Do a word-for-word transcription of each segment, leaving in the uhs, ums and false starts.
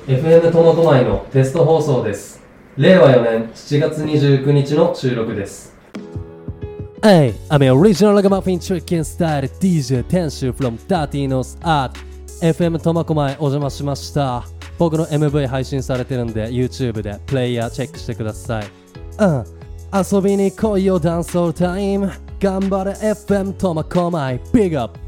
エフエム 苫小牧のテスト放送です。れいわよねんしちがつにじゅうくにちの収録です。 Hey, I'm an original ragamuffin chicken style ディージェー 店主 from Dirtynos Art。 エフエム 苫小牧お邪魔しました。僕の エムブイ 配信されてるんで YouTube でプレイヤーチェックしてください。うん、遊びに来いよダンスオールタイム。頑張れ エフエム 苫小牧ビッグアップ。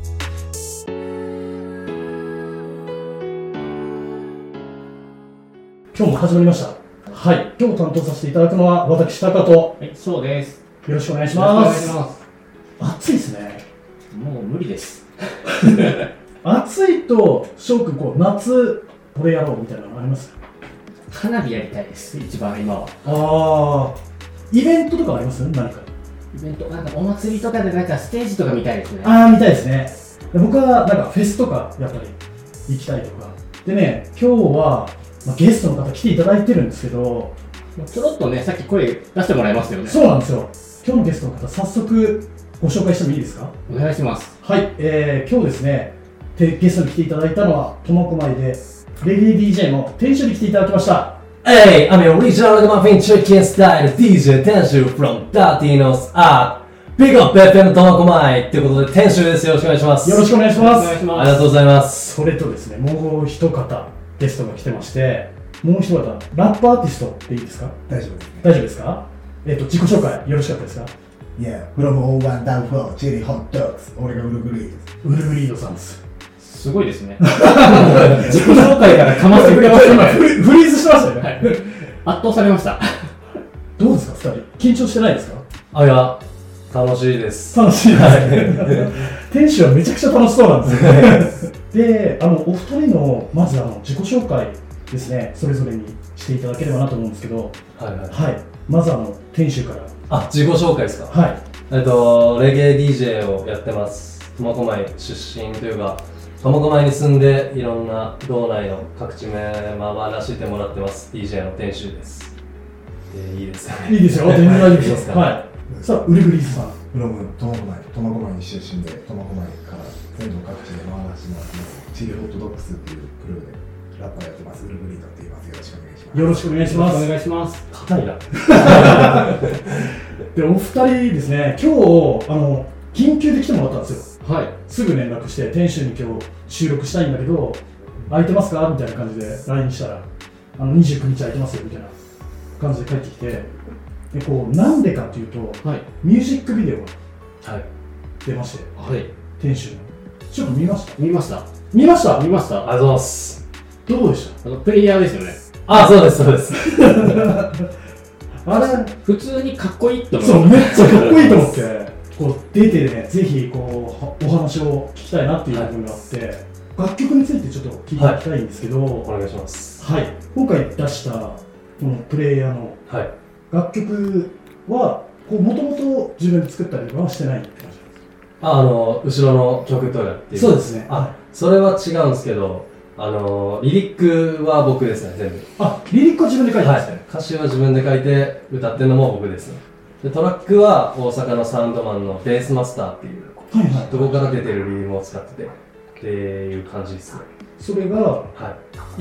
今日も始まりました。はい、今日担当させていただくのは私タカと、 はい、そうです。 よろしくお願いします。 よろしくお願いします。 暑いですね。 もう無理です。 暑いと翔くんこう夏これやろうみたいなのあります？ 花火やりたいです。一番今は。 ああ、イベントとかあります？何かイベントなんかお祭りとかでなんかステージとか見たいですね。 ああ、見たいですね。僕はなんかフェスとかやっぱり行きたいとかでね、今日は、まあ、ゲストの方来ていただいてるんですけど、 ちょろっとね、さっき声出してもらいますよね。 そうなんですよ。今日のゲストの方、早速ご紹介してもいいですか？ お願いします。 はい、えー、今日ですね、ゲストに来ていただいたのは苫小牧でレゲエ ディージェー の店主に来ていただきました。 Hey, I'm an original ragamuffin chicken style ディージェー 店主 from Dirtynos Art。 Big up エフエム 苫小牧ということで店主です。よろしくお願いします。 よろしくお願いします。 お願いします。 ありがとうございます。 それとですね、もう一方ゲストが来てまして、もう一方ラップアーティストっていいですか？ 大丈夫ですね。 大丈夫ですか？えっと自己紹介よろしかったですか？ Yeah, from オーワンダウンフォー チェリーホットドッグス。俺がウルグリーです。 ウルグリードさんです。 すごいですね。自己紹介からかましてくれましたね。 フリフリーズしてましたよね、はい、 圧倒されました。 どうですかふたり、緊張してないですか？ あ、いや、楽しいです。 楽しいですね。店主はめちゃくちゃ楽しそうなんですよ。で、あのお二人のまずあの自己紹介ですね、それぞれにしていただければなと思うんですけど、 はいはい、 はい、まずあの店主から。 あ、自己紹介ですか？ はい。 えっと、レゲエ ディージェー をやってます。苫小牧出身というか、苫小牧に住んでいろんな道内の各地回らせてもらってます ディージェー の店主です。えー、いいですかね？ いいですよ、全然大丈夫です。 いいですか？ はい。さあ、ウルグリーズさん。 フロム苫小牧、苫小牧出身で、苫小牧から全国各地で回らせてもらってます。チリホットドッグスっていうクルーでラッパーやってます。ウルグリードって言います。よろしくお願いします。 よろしくお願いします。 お願いします。 硬いな。 で、お二人ですね、今日あの緊急で来てもらったんですよ。 はい。 すぐ連絡して、店主に今日収録したいんだけど、空いてますかみたいな感じで ライン したら、あのにじゅうくにち空いてますよみたいな感じで帰ってきて、でこうなんでかというと、 はい、 ミュージックビデオがはい出まして、 はい、 店主の。ちょっと見ました？ 見ました。 見ました見ました。 ありがとうございます。 どうでした？ あのプレイヤーですよね。 あ、そうですそうです。 あれ普通にかっこいいって思います。 そう、めっちゃかっこいいと思って、こう出てね、ぜひこうお話を聞きたいなっていう部分があって、はい、楽曲についてちょっと聞いていきたいんですけど、 はい、お願いします。 はい、今回出したこのプレイヤーの楽曲はもともと自分で作ったりとかはしてないって感じなんですか？ あ、あの後ろの曲とかっていう。 そうですね。 あ、それは違うんですけど、あのリリックは僕ですね、全部。 あ、リリックは自分で書いてますね。 はい、歌詞は自分で書いて歌ってるのも僕ですね。でトラックは大阪のサウンドマンのベースマスターっていう、はいはい、どこから出てるリズムを使っててっていう感じですね。 それが、はい、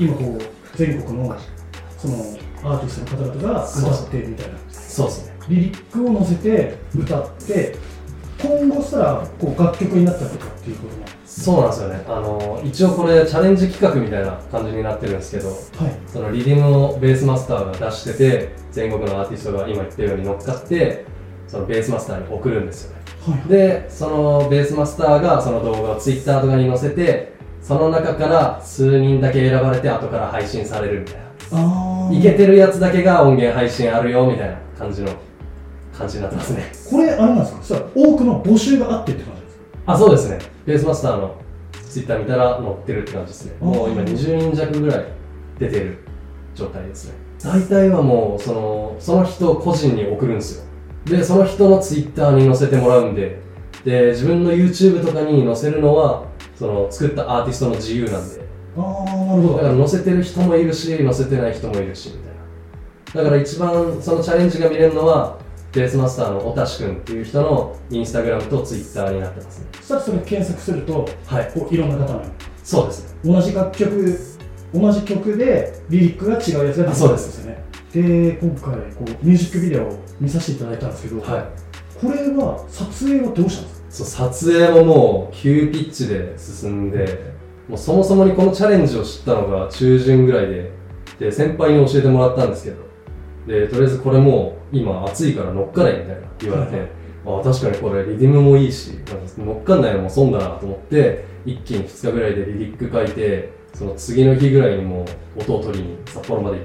今こう全国のそのアーティストの方々が歌ってみたいな。 そうですね。 リリックを乗せて歌って、今後したらこう楽曲になったりとかっていうことも。 そうなんですよね。あの一応これチャレンジ企画みたいな感じになってるんですけど、はい、そのリズムをベースマスターが出してて、全国のアーティストが今言ってるように乗っかってそのベースマスターに送るんですよね。はい、でそのベースマスターがその動画をツイッターとかに載せて、その中から数人だけ選ばれて後から配信されるみたいな。あー、イケてるやつだけが音源配信あるよみたいな感じの感じになってますね。 これあれなんですか？そしたら多くの募集があってって感じですか？ あ、そうですね。ベースマスターのツイッター見たら載ってるって感じですね。もう今にじゅうにん弱ぐらい出てる状態ですね。大体はもうそのその人個人に送るんですよ。でその人のツイッターに載せてもらうんで、で自分の YouTube とかに載せるのはその作ったアーティストの自由なんで。 ああ、なるほど。 だから載せてる人もいるし載せてない人もいるしみたいな。だから一番そのチャレンジが見れるのはベースマスターのおたしくんっていう人のインスタグラムとツイッターになってますね。 そしたらそれ検索すると、はい、こういろんな方の、 そうですね、 同じ楽曲同じ曲でリリックが違うやつが出てくるんですよね。で今回こうミュージックビデオを見させていただいたんですけど、はい、これは撮影はどうしたんですか？ そう撮影ももう急ピッチで進んで、もうそもそもにこのチャレンジを知ったのが中旬ぐらいで、で先輩に教えてもらったんですけど、でとりあえずこれもう今暑いから乗っかれみたいな言われて、はい、あ確かにこれリズムもいいし乗っかんないのも損だなと思って、一気にふつかぐらいでリリック書いて、その次の日ぐらいにもう音を取りに札幌まで行って、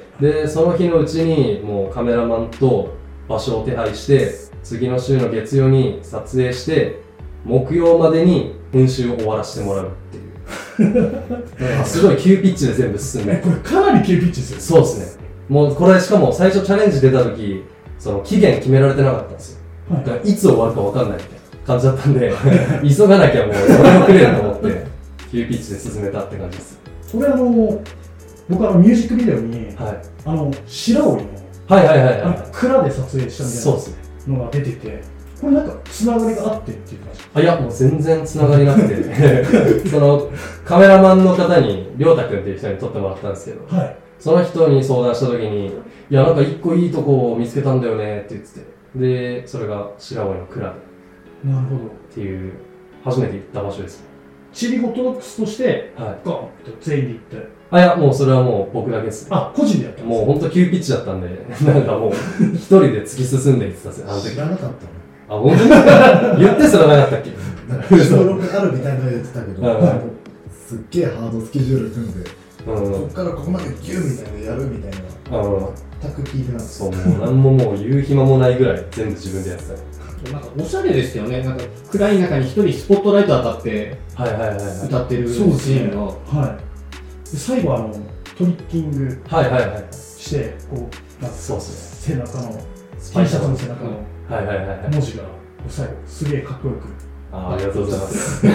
でその日のうちにもうカメラマンと場所を手配して、次の週の月曜に撮影して、木曜までに編集を終わらせてもらうっていうすごい急ピッチで全部進んで、 これかなり急ピッチですよね。 そうですね。もうこれしかも最初チャレンジ出た時、その期限決められてなかったんですよ、はい、だからいつ終わるか分かんないみたいな感じだったんで急がなきゃもうそれもくれると思って急ピッチで進めたって感じです。 これあの僕あのミュージックビデオに、はい、あの白織のはいはいはいはい、 蔵で撮影したみたいなのが出てて、これなんかつながりがあってっていう感じ？ あいやもう全然つながりなくてそのカメラマンの方に亮太君っていう人に撮ってもらったんですけど、はい、その人に相談した時に、いやなんか一個いいとこを見つけたんだよねって言ってて、でそれが白織の蔵で、 なるほどっていう初めて行った場所です。 チリホットドッグスとして、はい、ガーンと全員で行って、 あいやもうそれはもう僕だけです、ね、 あ個人でやったんですもうほんと急ピッチだったんでなんかもう一人で突き進んでいってたんですよ。あの時知らなかったの。 あ本当に言ってすらなかったっけ収録あるみたいなの言ってたけどすっげえハードスケジュール組んで、うん、こっからここまでギューみたいなのやるみたいな、うん、全く聞いてなかった。 そうもう何ももう言う暇もないぐらい全部自分でやってた。 なんかおしゃれですよね。なんか暗い中に一人スポットライト当たって歌ってるシーンが、はい、 で最後あのトリッキングして、はいはいはい、こうなんかそうですね、背中の T シャツの背中の文字が最後すげえかっこよく、 あありがとうございます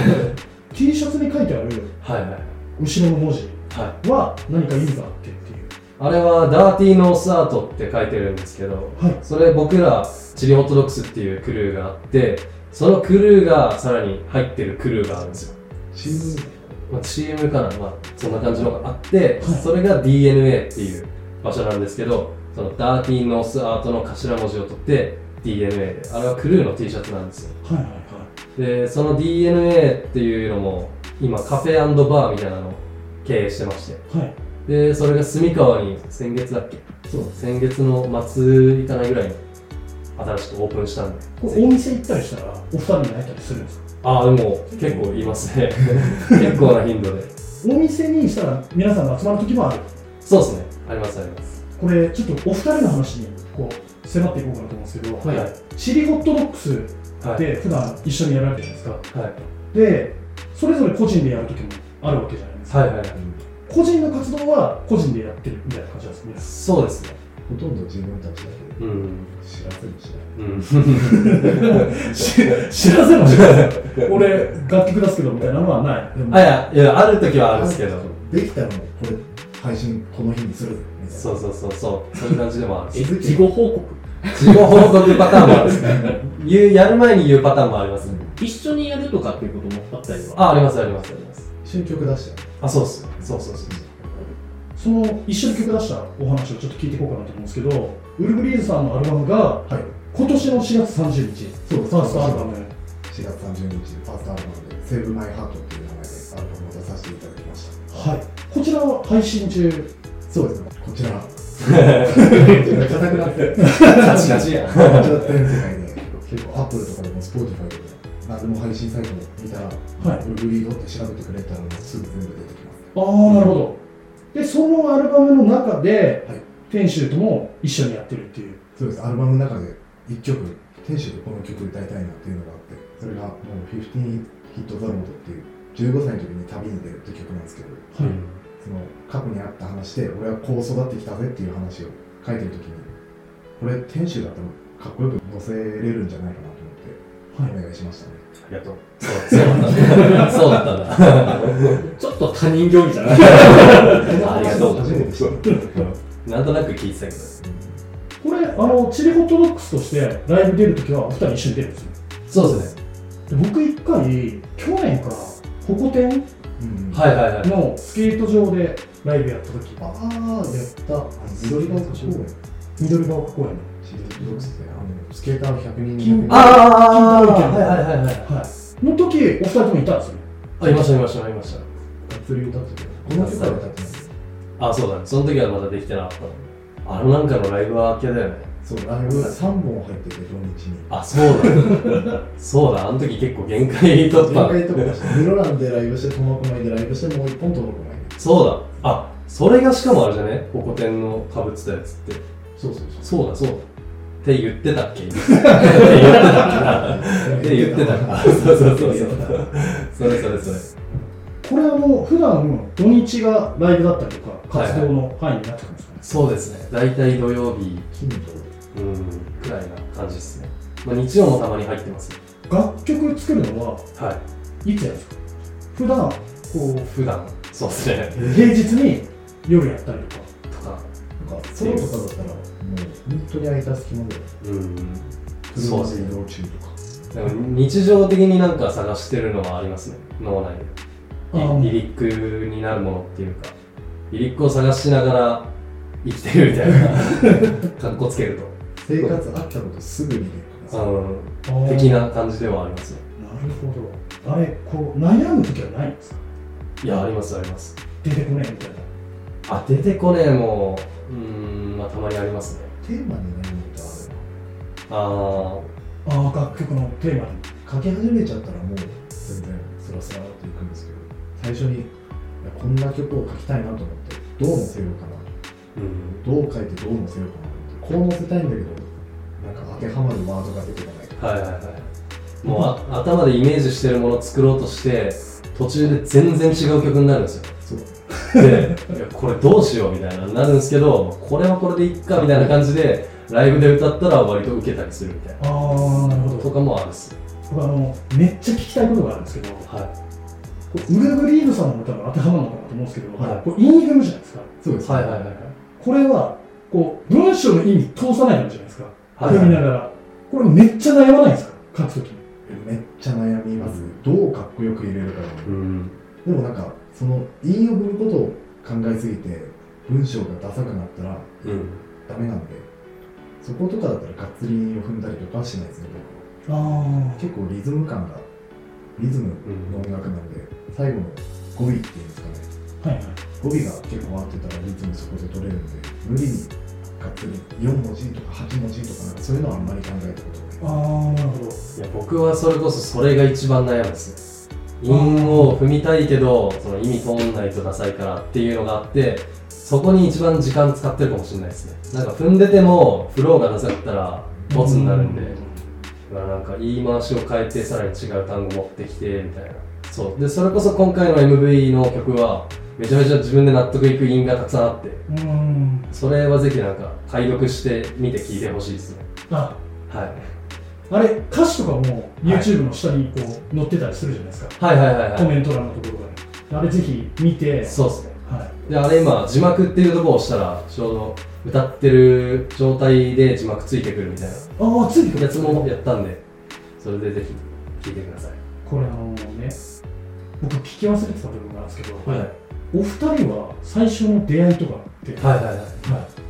T シャツに書いてある後ろの文字は何か意味があってっていう、 あれはダーティーノースアートって書いてるんですけど、はい、それ僕らチリホットドッグスっていうクルーがあって、そのクルーがさらに入ってるクルーがあるんですよ。 チーム、 まあ、チームかな、まあ、そんな感じのがあって、はい、それが ディーエヌエー っていう場所なんですけど、そのダーティーノースアートの頭文字を取って ディーエヌエー で、あれはクルーの T シャツなんですよ。はいはいはい、でその ディーエヌエー っていうのも今カフェ&バーみたいなのを経営してまして、はい、でそれが住川に先月だっけ、そう先月の末いかないぐらいに新しくオープンしたんで、 これお店行ったりしたらお二人に会えたりするんですか？ ああでも結構いますね結構な頻度で。 お店にしたら皆さんが集まる時もある？ そうですね、ありますあります。 これちょっとお二人の話にこう迫っていこうかなと思うんですけど、はい、チリホットドッグスって普段一緒にやられてるじゃないですか、はい、でそれぞれ個人でやる時もあるわけじゃないですか、はいはいはい、個人の活動は個人でやってるみたいな感じなんですね。 そうですね、 ほとんど自分たちだけで、うん、知らせもしない、うん、 知らせもしない俺楽曲出すけどみたいなのはない。 あいやいやある時はあるんですけど、 できたらもうこれ配信この日にするみたいな、 そうそうそうそうそういう感じでもある。 事後報告事後報告パターンもあるんですね言うやる前に言うパターンもありますね。 一緒にやるとかっていうこともあったりは？ あ、ありますありますあります。 一緒に曲出したよ。 あ、そうっす。そうそうそう。 その一緒に曲出したお話をちょっと聞いていこうかなと思うんですけど、ウルフリーズさんのアルバムが、はい、今年のしがつさんじゅうにち、そうファーストアルバムしがつさんじゅうにちファーストアルバムでセーブマイハートっていう名前でアルバムを出させていただきました。はい。こちらは配信中。そうですね。こちら。硬くなってる。 ガチガチや。 こちら全世界で結構アップルとかでもスポーティファイとか何でも配信サイト見たら、はい、ウルフリードって調べてくれたらすぐ全部出てきます。 ああ、なるほど。で、そのアルバムの中で、はい、天使とも一緒にやってるっていう。 そうです。アルバムの中でいっきょく、天使でこの曲歌いたいなっていうのがあって、それがもうじゅうごヒットザロードっていうじゅうごさいの時に旅に出るって曲なんですけど、はい、その過去にあった話で俺はこう育ってきたぜっていう話を書いてる時に、これ天使だったらかっこよく載せれるんじゃないかなと思って、はい、お願いしましたね。 ありがとう。そうだったんだ。そうだったんだ。ちょっと他人行儀じゃない。ありがとう。初めてした。なんとなく聞いてたけど。 これあのチリホットドッグスとしてライブ出るときはお二人一緒に出るんですよ。 そうですね。 で僕一回去年からホコ天のスケート場でライブやった時。 ああ、やった。緑が丘公園。 緑が丘公園の。 シーズンろくですね。あの、スケーターひゃくにん。金ああ、はいはいはいはいはい。 の時、お二人ともいたんですよね。 あ、いましたいましたいました。 がっつり歌ってて。この世界は歌ってない。 あ、そうだね。その時はまだできてなかったの。あのなんかのライブは明けだよね。 そう、ライブさんぼん入ってて、土日に。 あ、そうだ。そうだ、あの時結構限界突破。 限界突破して、室蘭でライブして、苫小牧でライブして、もう一本苫小牧で。 そうだ。あ、それがしかもあれじゃね、ホコ天のかぶってたやつって。 そうそうそう。 そうだそうだ。って言ってたっけって言ってたっけって言ってたっけそうそうそうそう。それそれそれ。 これはもう普段土日がライブだったりとか活動の範囲になってくるんですかね。 そうですね。大体土曜日、 金土うんくらいな感じですね。まあ日曜もたまに入ってます。 楽曲作るのははいいつやるんですか。普段こう普段そうですね。 平日に夜やったりとか。 とか。 なんかソロとかだったらもう本当に空いた隙間で。 うん。 そうですね。移動中とか。 でも日常的になんか探してるのはありますね。脳内で。リリックになるものっていうか、リリックを探しながら生きてるみたいなかっこつけると生活あったことすぐリリックですうん的な感じではありますね。 なるほど。あれこう悩む時はないんですか。 いやありますあります。 出てこねえみたいな。 あ出てこねえもうーんまあたまにありますね。 テーマに悩むことあるあああ楽曲のテーマに書き始めちゃったらもう全然スラスラっていくんですけど、最初にこんな曲を書きたいなと思ってどう載せようかな、うん、どう書いてどう載せようかなと思ってこう載せたいんだけどなんか当てはまるワードが出てこないとか、はいはいはい、もうあ頭でイメージしてるものを作ろうとして途中で全然違う曲になるんですよ。そうでいやこれどうしようみたいななるんですけどこれはこれでいっかみたいな感じでライブで歌ったら割と受けたりするみたいなあーなるほどとかもあるっす。 僕あのめっちゃ聞きたいことがあるんですけど、 はいウルフリードさんの歌が当てはまるのかなと思うんですけど、 はい、 これ韻踏むじゃないですか。 そうです、 はいはいはいはい、 これはこう文章の意味通さないわけじゃないですか、 はいはい、 読みながらこれめっちゃ悩まないですか書くときに。 めっちゃ悩みます、うん、どうかっこよく入れるか、うん、でもなんかその韻を踏むことを考えすぎて文章がダサくなったら、うん、ダメなんでそことかだったらがっつり韻を踏んだりとかはしないですね。僕はあ結構リズム感がリズムの音楽なんで、うん、最後の語尾っていうんですかね、はいはい、語尾が結構合ってたらリズムそこで取れるんで無理にがっつりよんもじとかはちもじとかなんかそういうのはあんまり考えたことない。ああなるほど。いや僕はそれこそそれが一番悩むんですね。韻を踏みたいけどその意味通んないとダサいからっていうのがあってそこに一番時間使ってるかもしれないですね。なんか踏んでてもフローがダサかったらボツになるんで、だからなんか言い回しを変えてさらに違う単語持ってきてみたいな。そうでそれこそ今回の エムブイ の曲はめちゃめちゃ自分で納得いく韻がたくさんあって、うんそれはぜひなんか解読してみて聴いてほしいですね。 あはいあれ歌詞とかも YouTube の下にこう載ってたりするじゃないですか。 はいはいはいはい。 コメント欄のところがね。あれぜひ見て。 そうですね。はい。であれ今字幕っていうところを押したらちょうど歌ってる状態で字幕ついてくるみたいな。 ああついてくるやつもやったんで、それでぜひ聞いてください。 これあのね、僕聞き忘れてた部分があるんですけど、 はい、 お二人は最初の出会いとかって、 はいはいはい、はい、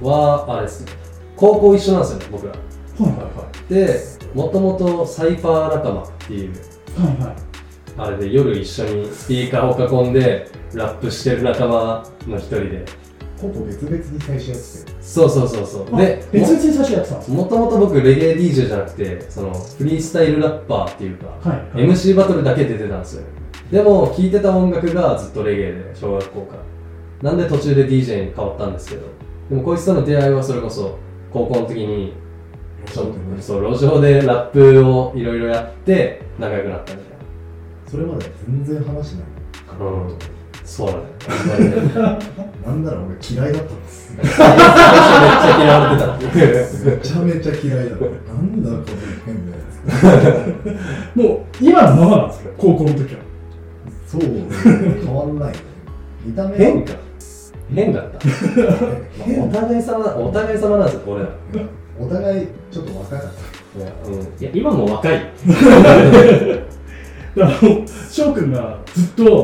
はあれですね。高校一緒なんですよね僕ら。 はいはいはい。 でもともとサイファー仲間っていう、 はいはい、 あれで夜一緒にスピーカーを囲んでラップしてる仲間の一人でほぼ別々に最初やっててそうそうそうそうで別々に最初やってたんですもともと僕レゲエ ディージェー じゃなくてそのフリースタイルラッパーっていうか、はいはい、エムシー バトルだけ出てたんですよ。でも聴いてた音楽がずっとレゲエで小学校からなんで途中で ディージェー に変わったんですけどでもこいつとの出会いはそれこそ高校の時にちょっとそう路上でラップをいろいろやって仲良くなったみたいな。 それまで全然話しないから、うん、 そうだねなんなら俺嫌いだったんですめっちゃ嫌われてためちゃめちゃ嫌いだったなんだこの変なやつもう今のままなんですか高校の時は。 そう変わんない見た目変か変だったお互い様お互い様なんですよこれお互いちょっと若かったいや、うん、いや今も若いだから翔くんがずっと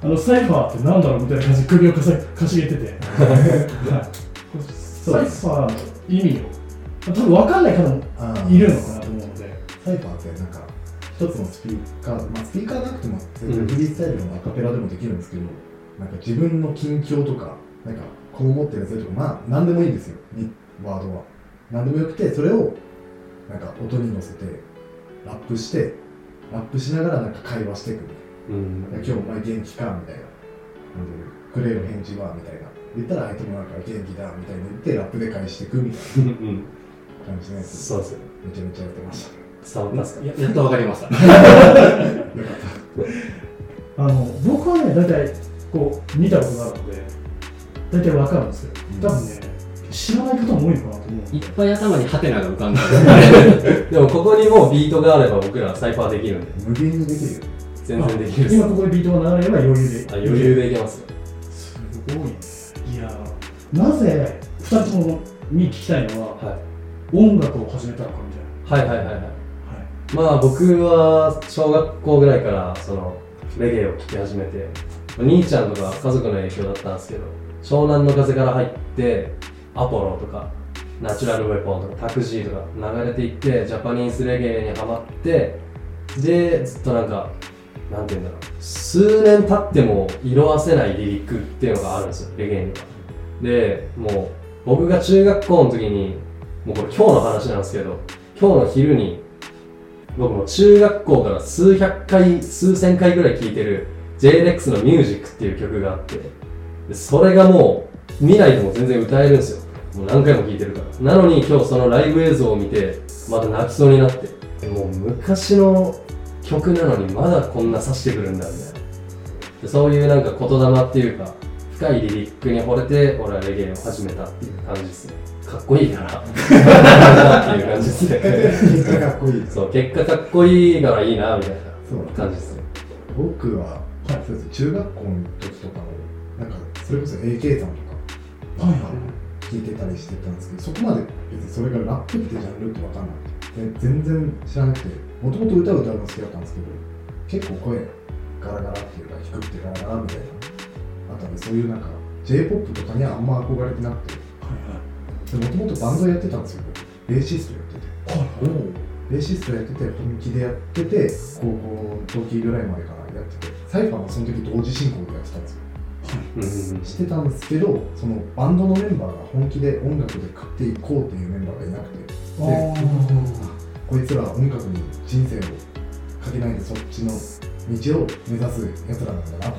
あのサイファーってなんだろうみたいな感じで首をかさかしげててサイファーの意味を多分分かんない方もいるのかなと思うので、 サイファーってなんか一つのスピーカー、まあ、スピーカーなくても全然フリースタイルのアカペラでもできるんですけど、なんか自分の近況とかなんかこう思ってるやつとか、まあ何でもいいんですよ、ワードは何でもよくて、それをなんか音に乗せてラップしてラップしながらなんか会話していくみたいな、うん、今日お前元気かみたいな、くれる返事はみたいな言ったら相手もなんか元気だみたいな言ってラップで返していくみたいな感じのやつ、 そうですよ、 めちゃめちゃやってました。 伝わりますか？ や, やっとわかりました。よかった。あの僕はね、大体こう見たことがあるので、大体わかるんですよ。多分ね、知らない方も多いのかなと思う。 いっぱい頭にハテナが浮かんだ。 でもここにもうビートがあれば僕らサイファーできるんで。 無限にできるよ。 全然できるです。 今ここでビートが流れれば余裕で。 あ、余裕でいけますよ。 すごいね。いや、なぜふたつともに聞きたいのは、はい、音楽を始めたのかみたいな。 はいはいはいはい。まあ僕は小学校ぐらいからそのレゲエを聴き始めて、兄ちゃんとか家族の影響だったんですけど、湘南の風から入ってアポロとかナチュラルウェポンとかタクジーとか流れていって、ジャパニーズレゲエにハマって、でずっとなんかなんていうんだろう、数年経っても色あせないリリックっていうのがあるんですよ、レゲエには。でもう僕が中学校の時に、もうこれ今日の話なんですけど、今日の昼に僕も中学校から数百回、数千回ぐらい聴いてる ジェイレックス のミュージックっていう曲があって、でそれがもう見ないとも全然歌えるんですよ。もう何回も聴いてるから。なのに今日そのライブ映像を見て、また泣きそうになって、もう昔の曲なのにまだこんな刺してくるんだみたいな。でそういうなんか言霊っていうか、深いリリックに惚れて、俺はレゲエを始めたっていう感じですね。かっこいいからっていう感じですね。 結果かっこいい。 そう、結果かっこいいからいいなみたいな感じですね。 僕は、はい、そうです。中学校の時とかもなんかそれこそ エーケー さんとか、はいはい、聞いてたりしてたんですけど、そこまで別にそれがラップってジャンルって分かんなくて、全然知らなくて、もともと歌を歌うの好きだったんですけど、結構声ガラガラっていうか低くてガラガラみたいなあったんで、そういうなんか ジェイポップ とかにはあんま憧れてなくて、もともとバンドやってたんですよ。ベーシストやってて、はい、ベーシストやってて本気でやってて、高校の時ぐらいまでかなやってて、サイファーもその時同時進行でやってたんですよ、はい、してたんですけど、そのバンドのメンバーが本気で音楽で食っていこうっていうメンバーがいなくて、でこいつら音楽に人生をかけないでそっちの道を目指すやつらなんだなと思って、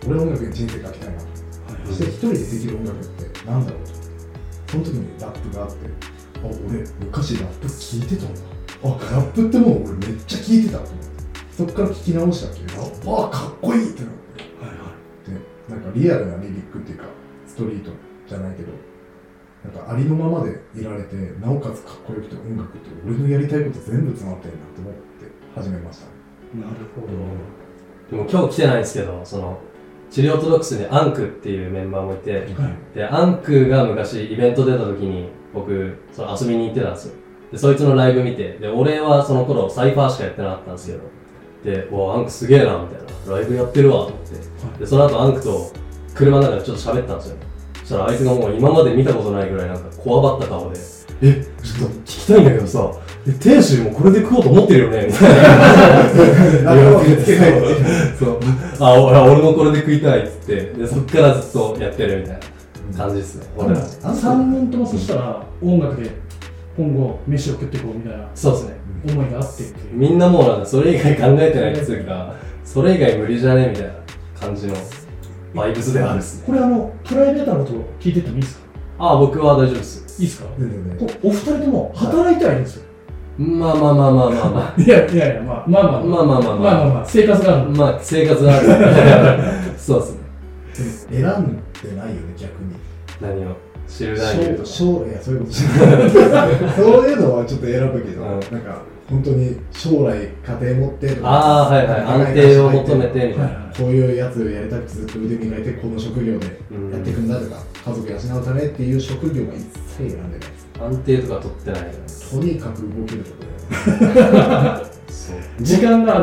俺音楽に人生かけたいなと思って、はい、そして一人でできる音楽ってなんだろうと。その時にラップがあって、あ、俺昔ラップ聴いてたんだ、あ、ラップってもう俺めっちゃ聴いてたと思って、そっから聞き直したっけど、あ、かっこいいってなって、はいはい、で、なんかリアルなリリックっていうかストリートじゃないけど、なんかありのままでいられて、なおかつかっこよくて、音楽って俺のやりたいこと全部詰まってるなと思って始めました。 なるほど。 でも今日来てないんですけど、そのチリオートドックスにアンクっていうメンバーもいて、はい、でアンクが昔イベント出た時に僕その遊びに行ってたんですよ。でそいつのライブ見て、で俺はその頃サイファーしかやってなかったんですけど、でおアンクすげえなみたいな、ライブやってるわと思って、はい、でその後アンクと車の中でちょっと喋ったんですよ。そしたらあいつがもう今まで見たことないぐらいなんかこわばった顔で、え、ちょっと聞きたいんだけどさ、店主もこれで食おうと思ってるよねみたいな言われて、そう、あ、俺もこれで食いたいっつって、でそっからずっとやってるみたいな感じですね、 うん、俺らさんにんともそしたら音楽で今後飯を食っていこうみたいな、 そうですね、 思いがあってっていう、 みんなもうなんかそれ以外考えてないっていうか、それ以外無理じゃねみたいな感じのバイブスではあるっすね。 これあのプライベートなことを聞いてってもいいですか？ ああ、僕は大丈夫です。 いいですか？全然ね。お二人とも働いてはいるんですよ。 まあまあまあまあまあまあ。 いやいやいや、まあまあまあまあまあまあまあまあまあまあ生活がある。 まあ生活がある。そうですね。 選んでないよね、逆に。 何を知る大学とか。 将来、いやそういうことじゃない。そういうのはちょっと選ぶけど、なんか本当に将来家庭持ってとか。 ああ、はいはい。安定を求めてみたいな。 こういうやつをやりたくてずっと腕磨いてこの職業でやっていくんだとか、家族養うためっていう職業は一切選んでないです。 安定とか取ってない。 とにかく動けることで。 時間が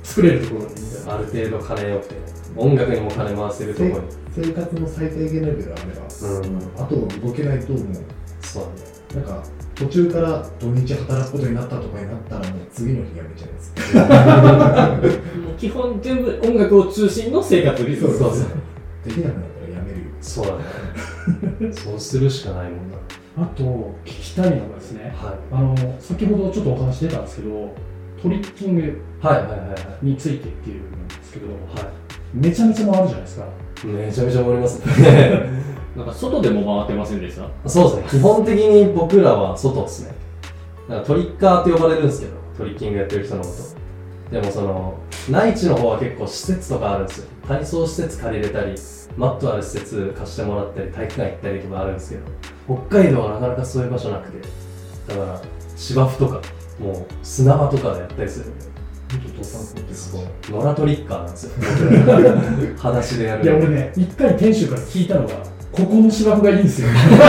作れるところにみたいな。 ある程度金よくて、音楽にも金回せるところに。 生活の最低限レベルあれば、うん、あと動けないともう、 そうだね。 なんか途中から土日働くことになったとかになったらもう次の日やめちゃいます。 もう基本全部音楽を中心の生活リズム。 そうそうそう。 できなくなったらやめるよ。 そうだね。そうするしかないもんな。 あと聞きたいのがですね、 はい、 あの先ほどちょっとお話出たんですけど、トリッキングについてっていうんですけど、はい、めちゃめちゃ回るじゃないですか。 めちゃめちゃ回りますね。 なんか外でも回ってませんでした？ そうですね。基本的に僕らは外ですね。なんかトリッカーって呼ばれるんですけど、トリッキングやってる人のこと。でもその内地の方は結構施設とかあるんですよ。体操施設借りれたり、マットある施設貸してもらったり、体育館行ったりとかあるんですけど、北海道はなかなかそういう場所なくて、だから芝生とかもう砂場とかでやったりするんで。野良トリッカーなんですよ。裸足でやる。 いや俺ね、一回店主から聞いたのが、ここの芝生がいいんですよ。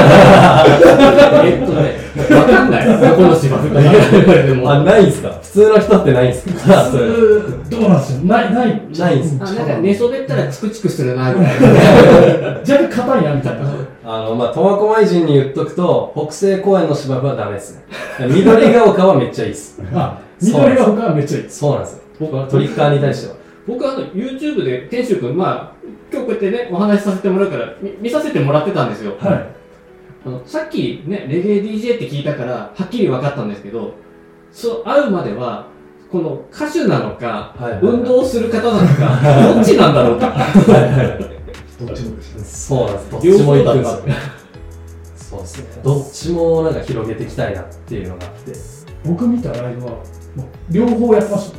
えっとね、わかんない。ここの芝生がいい。 あ、ないんすか？普通の人ってないんすか？ 普通、どうなんですよ。ない、ない、 ないんすか？ あ、なんか寝そべったらチクチクするな、ぐらい。 若干硬いな、みたいな。 あの、まあ、苫小牧人に言っとくと、北西公園の芝生はダメですね。緑が丘はめっちゃいいっす。 あ、緑が丘はめっちゃいい。 そうなんですよ。僕はトリッカーに対しては。 僕はあの YouTube で店主君、まあ、今日こうやってね、お話しさせてもらうから、見, 見させてもらってたんですよ。 はい。 あの、さっきね、レゲエ ディージェー って聞いたから、はっきり分かったんですけど、そう、会うまでは、この歌手なのか、はいはいはい、運動する方なのか、どっちなんだろうか。 どっちもですね。 そうなんです。どっちも行くんですよ。そうですね。どっちもなんか広げていきたいなっていうのがあって。 僕見たライブは、もう両方やってました。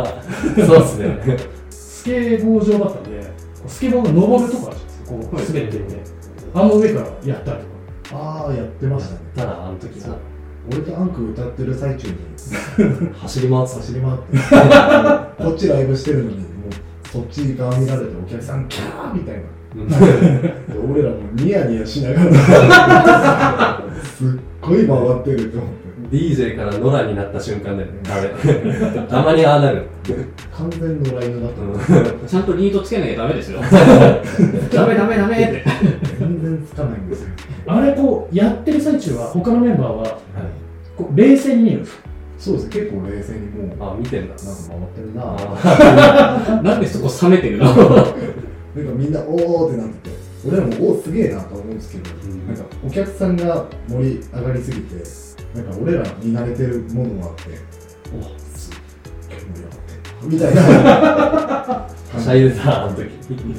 そうですね。 スケボー場だったんで、スケボーの登るとこあるじゃないですか、こう滑ってみて、あの上からやったりとか。 ああ、やってましたね。 ただ、あの時な。 俺とアンク歌ってる最中に走り回って走り回ってこっちライブしてるのに、もうそっち側見られてお客さんキャーみたいな。俺らもニヤニヤしながらすっごい回ってると思って。 ディージェー から野良になった瞬間で、あれたまにああなる。 完全野良犬だった。 ちゃんとリードつけなきゃダメですよ。ダメダメダメって。 全然つかないんですよ。 あれこうやってる最中は他のメンバーは、はい、こう冷静に見るんですか？ そうです、結構冷静にもうあ見てんだ。 なんか回ってるな。 なんでそこ冷めてるの？ なんかみんなおーってなってて、俺らもおーすげえなと思うんですけど、うん、なんかお客さんが盛り上がりすぎて、なんか俺らに慣れてるものもあって、おーすっげえ盛り上がってるみたいな。 はしゃいでた、あの時。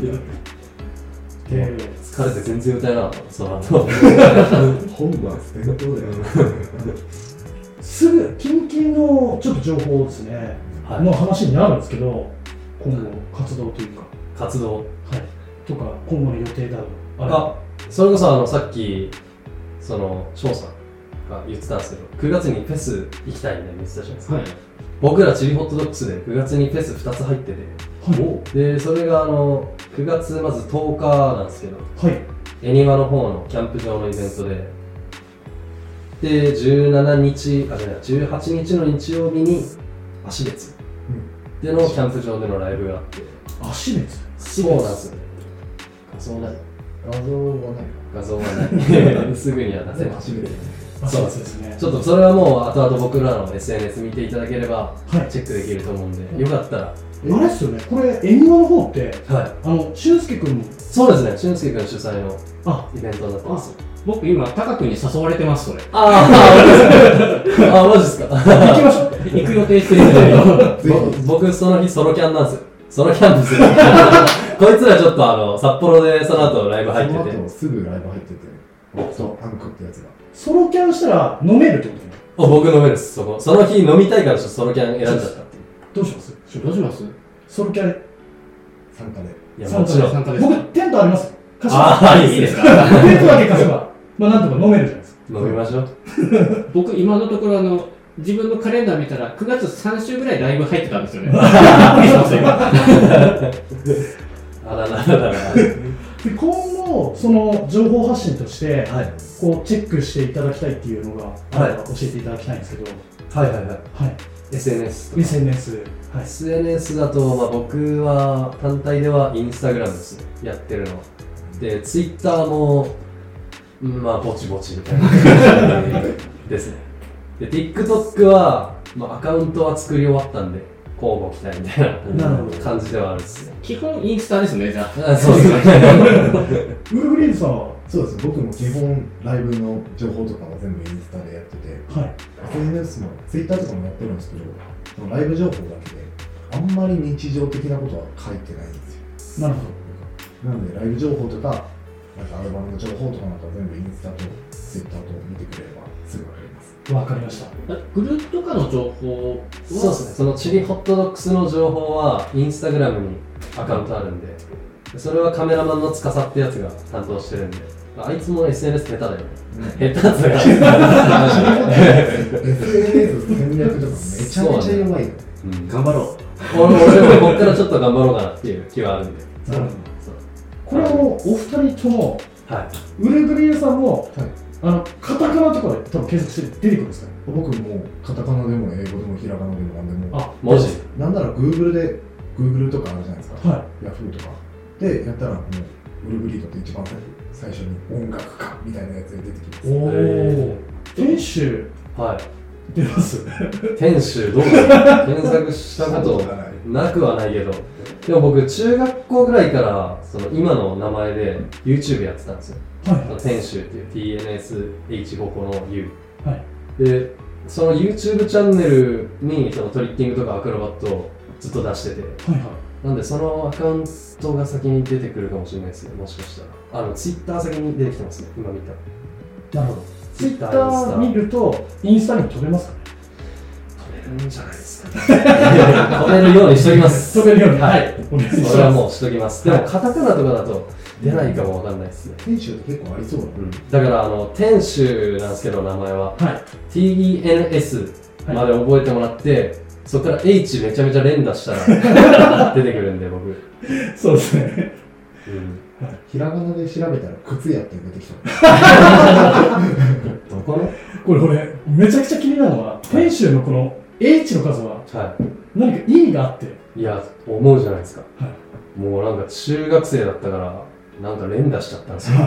で疲れて全然歌えなかった、その後。 本番ステートだよ。 すぐ、近々のちょっと情報ですね、はい、の話になるんですけど、今後活動というか。 活動、はい、 とか今後の予定だろうあそれこそあのさっきその翔さんが言ってたんですけどくがつにフェス行きたいみたいに言ってたじゃないですか、はい、僕らチリホットドッグスでくがつにフェスふたつ入ってて、はい、でそれがあのくがつまずとおかなんですけど、はい、恵庭の方のキャンプ場のイベントででじゅうしちにちあじゃないじゅうはちにちの日曜日に芦別でのキャンプ場でのライブがあって芦別そうなんですよ。画像ない。 画像はない。 画像はない。すぐには出せない。 そうですね。 ちょっとそれはもう後々僕らの エスエヌエス 見ていただければチェックできると思うんで、はい、よかったら。 あれっすよね。これ恵庭の方って、はい、あの俊介君もそうですね。俊介君主催のイベントになってます。 僕今タカ君に誘われてますそれ。 ああ、あマジですか。 行きましょう。 行く予定してるんだけど。 僕その日ソロキャンなんですよ。ソロキャンですよ。こいつらちょっとあの札幌でその後ライブ入ってて。 その後すぐライブ入ってて。そうパンクってやつが。 ソロキャンしたら飲めるってことね。僕飲めるです。そこその日飲みたいからちょっとソロキャン選んじゃったっていう。 どうします？ どうします？ ソロキャン参加で。 いやもちろん。 僕テントありますよ。 ああいいですか。 テントだけ貸せばまあなんとか飲めるじゃないですか。 飲みましょう。 僕今のところあの。自分のカレンダー見たらくがつさん週ぐらいライブ入ってたんですよね。びっくりしました今。 あららららら。 今後その情報発信として、はい、こうチェックしていただきたいっていうのがあれば教えていただきたいんですけど。 はいはいはい。はい。エスエヌエス とか。 エスエヌエス。 はい、 エスエヌエス だと、まあ、僕は単体ではインスタグラムですね、やってるのは。で、ツイッターも、まあ、ぼちぼちみたいな感じですね。で、TikTok は、まあ、アカウントは作り終わったんで、交互期待みたいな感じではあるですね。 基本インスタですね、じゃあ。 あ、そうですね。 ウルフリーズさんはそうです、僕も基本ライブの情報とかも全部インスタでやってて、 はい、 エスエヌエス も Twitter とかもやってるんですけど、そのライブ情報だけであんまり日常的なことは書いてないんですよ。 なるほど。 なのでライブ情報とか、なんかアルバムの情報とかなんか全部インスタと Twitter と見てくれればすぐわかります。 わかりました。 グループとかの情報はそうですね、そのチリホットドッグスの情報はインスタグラムにアカウントあるんで、それはカメラマンの司ってやつが担当してるんで、あいつも エスエヌエス 下手だよね。下手だから。 エスエヌエス 戦略とかめちゃめちゃ弱いよ。 うん、 頑張ろ俺も俺もここからちょっと頑張ろうかなっていう気はあるんで。 なるほど。これもお二人とも、 はい、 ウルグリーさんも、 はい、 あのカタカナとかで多分検索して出てくるんですかね。 僕もカタカナでも英語でもひらがなでも何でも、 あ、 文字。 なんなら Google で Google とかあるじゃないですか、 はい、 Yahoo とかでやったらもうウルグリードって一番最初に音楽家みたいなやつで出てきます。 おお。店主はい。 出ます。 店主どうだ検索したことなくはないけど、でも僕中学校ぐらいからその今の名前で YouTube やってたんですよ。 はい、 その店主っていう ティーエヌエスエイチご 個の U。 はい。 で、その YouTube チャンネルにそのトリッキングとかアクロバットをずっと出してて、 はいはい。 なんでそのアカウントが先に出てくるかもしれないですね、もしかしたら。あの Twitter 先に出てきてますね、今見た。 なるほど。Twitter 見るとインスタにも飛べますかね。 飛べるんじゃないですか、ね。飛べるようにしときます。 飛べるように。 はい。 お願いします。 それはもうしときます。でもカタカナとかだと出ないかもわかんないですね。 店主って結構ありそうだね。 うん、だからあの店主なんですけど名前は、 はい、 ティーエヌエス まで覚えてもらって、はい、そこから H めちゃめちゃ連打したら出てくるんで僕。 そうですね。 うん、 ひらがなで調べたら靴屋って出てきた。 どこの？ これこれめちゃくちゃ気になるのは、店主のこの H の数は何か意味があって。 いや思うじゃないですか。 はい、 もうなんか中学生だったからなんか連打しちゃったんですよ。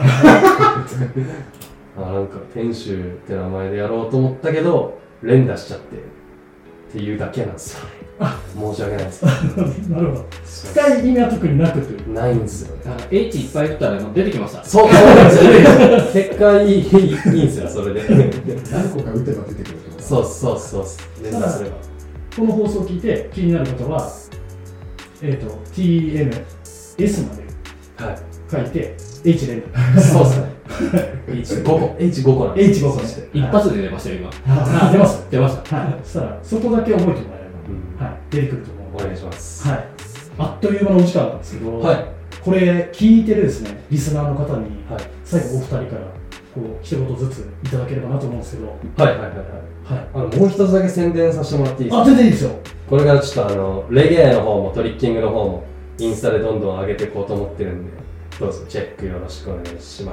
あ、なんか店主って名前でやろうと思ったけど連打しちゃってっていうだけなんですよ。申し訳ないです。 なるほど。深い意味は特になくという。 ないんですよ。 H いっぱい打ったら出てきました。 そうそうなんですよ。結果いいいいんですよそれで。 何個か打てば出てくるってこと。 そうそうそう。連打すれば。 この放送を聞いて気になる方は、えっと ティーエヌエス まで書いて H 連打。 そうですね。エイチご 個 エイチご 個なんです。 エイチご 個して。 一発で出ましたよ今。 あ、出ます。 出ました。 はい。そしたらそこだけ覚えてもらえれば、はい、出てくると思う。 お願いします。 はい。あっという間のお時間なんですけど、 はい、 これ聞いてるですねリスナーの方に、 はい、 最後お二人からこう一言ずついただければなと思うんですけど。 はいはいはいはい。はい、あのもう一つだけ宣伝させてもらっていいですか？ あ、全然いいですよ。 これからちょっとあのレゲエの方もトリッキングの方もインスタでどんどん上げていこうと思ってるんで、どうぞチェックよろしくお願いします。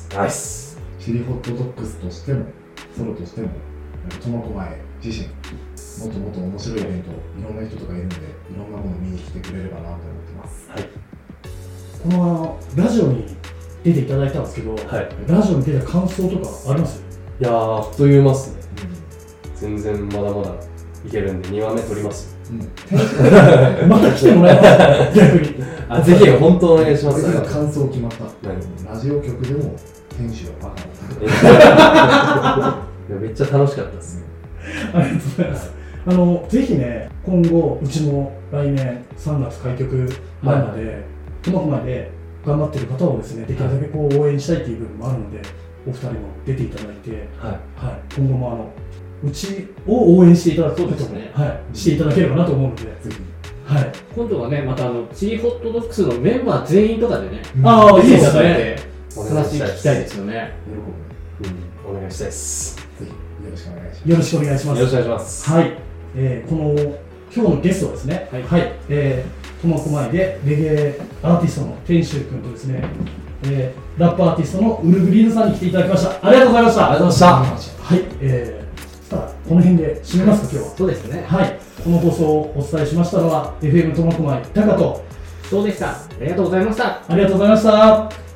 ナイス。 チリホットドッグスとしてもソロとしても苫小牧自身もっともっと面白いイベント、いろんな人とかいるんでいろんなものを見に来てくれればなと思ってます。 はい、 このラジオに出ていただいたんですけど、はい、ラジオに出た感想とかあります？ いやー、あっという間っすね、うん、全然まだまだいけるんでにわめ取ります、うん、 また来てもらえます逆に。 あ、ぜひ本当お願いします。 今感想決まった。ラジオ局でも店主はバカだめっちゃ楽しかったです、 ありがとうございます。あのぜひね、今後うちも来年さんがつ開局なので、苫小牧で頑張ってる方をですね、できるだけこう応援したいという部分もあるので、お二人も出ていただいて、はいはい、今後もあのうちを応援していただくことも、ね、はい、していただければなと思うので、ぜひ、はい、 今度はね、またあのチリホットドッグスのメンバー全員とかでね、 ああ、いいですね、話聞きたいですよね。 喜ぶ、うん、お願いしたいです。 ぜひよろしくお願いします。 よろしくお願いします。 よろしくお願いします。 はい、えー、この今日のゲストはですね、はい、はい、えー、苫小牧でレゲエアーティストの天秀君とですね、えー、ラップアーティストのウルフリーヌさんに来ていただきました。ありがとうございました。 ありがとうございました。 はい、えー、さあこの辺で締めますか今日は。 そうですね。 はい。 この放送をお伝えしましたのは エフエム 苫小牧タカとそうでした。ありがとうございました。 ありがとうございました。